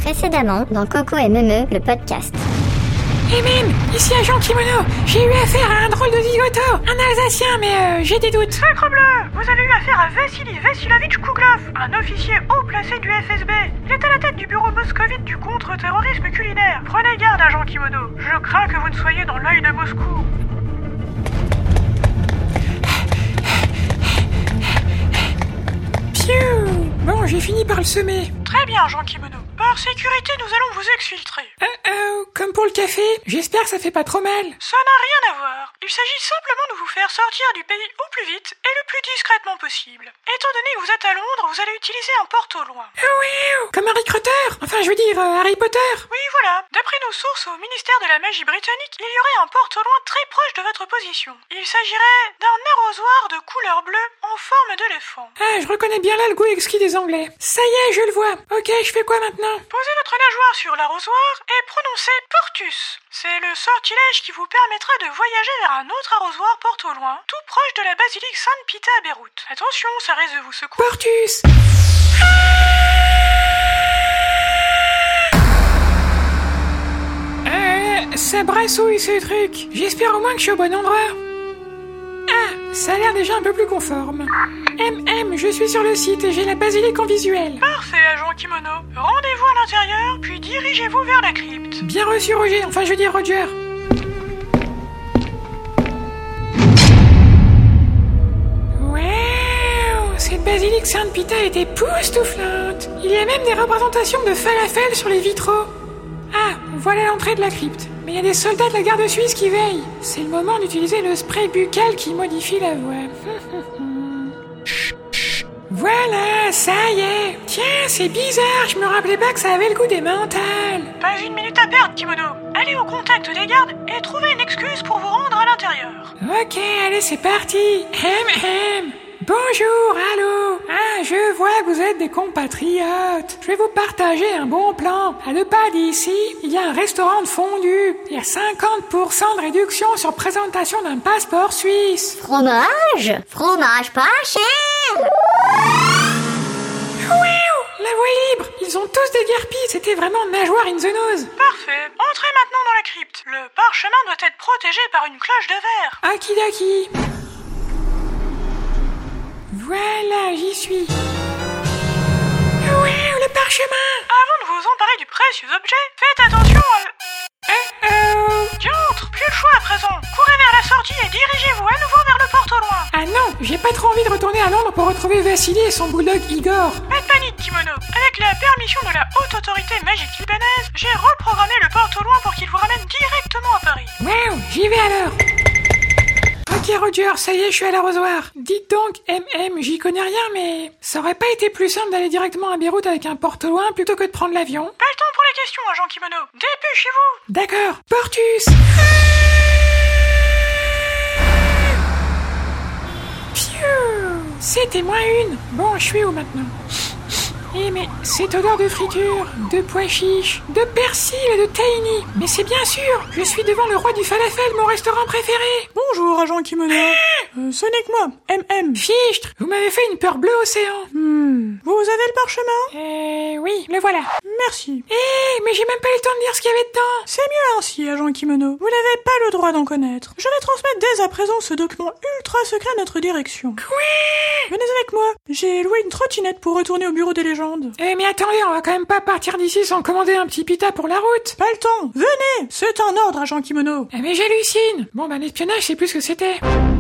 Précédemment, dans Coco et Memeux, le podcast. Et même, ici Agent Kimono, j'ai eu affaire à un drôle de zigoto, un Alsacien, mais j'ai des doutes. Sacrebleu, vous avez eu affaire à Vassili Vassilovitch Kouglov, un officier haut placé du FSB. Il est à la tête du bureau moscovite du contre-terrorisme culinaire. Prenez garde, Agent Kimono, je crains que vous ne soyez dans l'œil de Moscou. Pfiou. Bon, j'ai fini par le semer. Très bien, Agent Kimono. Par sécurité, nous allons vous exfiltrer. Comme pour le café, j'espère que ça fait pas trop mal. Ça n'a rien à voir. Il s'agit simplement de vous faire sortir du pays au plus vite et le plus discrètement possible. Étant donné que vous êtes à Londres, vous allez utiliser un porte au loin. Oui, comme Harry Potter. Enfin, je veux dire, Harry Potter. Oui, voilà. D'après nos sources au ministère de la Magie britannique, il y aurait un porte au loin très proche de votre position. Il s'agirait d'un arrosoir de couleur bleue en forme d'éléphant. Ah, je reconnais bien là le goût exquis des Anglais. Ça y est, je le vois. Ok, je fais quoi maintenant? Posez votre nageoire sur l'arrosoir et prononcez Portus. C'est le sortilège qui vous permettra de voyager vers un autre arrosoir porte au loin, tout proche de la basilique Sainte-Pita à Beyrouth. Attention, ça risque de vous secouer. Portus. Ça brassouille ce truc. J'espère au moins que je suis au bon endroit. Ah, ça a l'air déjà un peu plus conforme. Je suis sur le site et j'ai la basilique en visuel. Parfait, Agent Kimono. Rendez-vous à l'intérieur, puis dirigez-vous vers la crypte. Bien reçu, Roger. Enfin, je veux dire Roger. Wow, cette basilique Sainte-Pita est époustouflante. Il y a même des représentations de falafel sur les vitraux. Ah, voilà l'entrée de la crypte. Mais il y a des soldats de la garde suisse qui veillent. C'est le moment d'utiliser le spray buccal qui modifie la voix. Voilà, ça y est. Tiens, c'est bizarre, je me rappelais pas que ça avait le goût des mentales. Pas une minute à perdre, Kimono. Allez au contact des gardes et trouvez une excuse pour vous rendre à l'intérieur. Ok, allez, c'est parti. Bonjour, allô. Ah, je vois que vous êtes des compatriotes. Je vais vous partager un bon plan. À 2 pas d'ici, il y a un restaurant de fondue. Il y a 50% de réduction sur présentation d'un passeport suisse. Fromage? Fromage pas cher! La voie est libre. Ils ont tous des guerpilles. C'était vraiment nageoire in the nose. Parfait. Entrez maintenant dans la crypte. Le parchemin doit être protégé par une cloche de verre. Akidaki. Voilà, j'y suis. Le parchemin. Avant de vous emparer du précieux objet, faites attention à... Diantre, plus le choix à présent. Courez vers la sortie et dirigez-vous à nouveau vers le porte au loin. Ah non, j'ai pas trop envie de retourner à Londres pour retrouver Vassili et son bulldog Igor. Pas de panique, Kimono. Avec la permission de la haute autorité magique libanaise, j'ai reprogrammé le porte au loin pour qu'il vous ramène directement à Paris. Wow, j'y vais alors. Ok Roger, ça y est, je suis à l'arrosoir. Dites donc, j'y connais rien, mais ça aurait pas été plus simple d'aller directement à Beyrouth avec un porte au loin plutôt que de prendre l'avion? Pas le temps pour les questions, Agent Kimono. Dépêchez-vous. D'accord, Portus. Pfiou, c'était moins une. Bon, je suis où maintenant? Mais cette odeur de friture, de pois chiches, de persil et de tahini. Mais c'est bien sûr, je suis devant le roi du falafel, mon restaurant préféré. Bonjour, Agent Kimono. Ce n'est que moi, Fichtre, vous m'avez fait une peur bleue océan. Vous avez le parchemin? Oui, le voilà. Merci. Mais j'ai même pas eu le temps de dire ce qu'il y avait dedans. C'est mieux ainsi, Agent Kimono. Vous n'avez pas le droit d'en connaître. Je vais transmettre dès à présent ce document ultra secret à notre direction. Quoi? Venez avec moi. J'ai loué une trottinette pour retourner au bureau des légendes. Mais attendez, on va quand même pas partir d'ici sans commander un petit pita pour la route. Pas le temps. Venez. C'est un ordre, Agent Kimono. Mais j'hallucine. Bon, l'espionnage, c'est plus ce que c'était.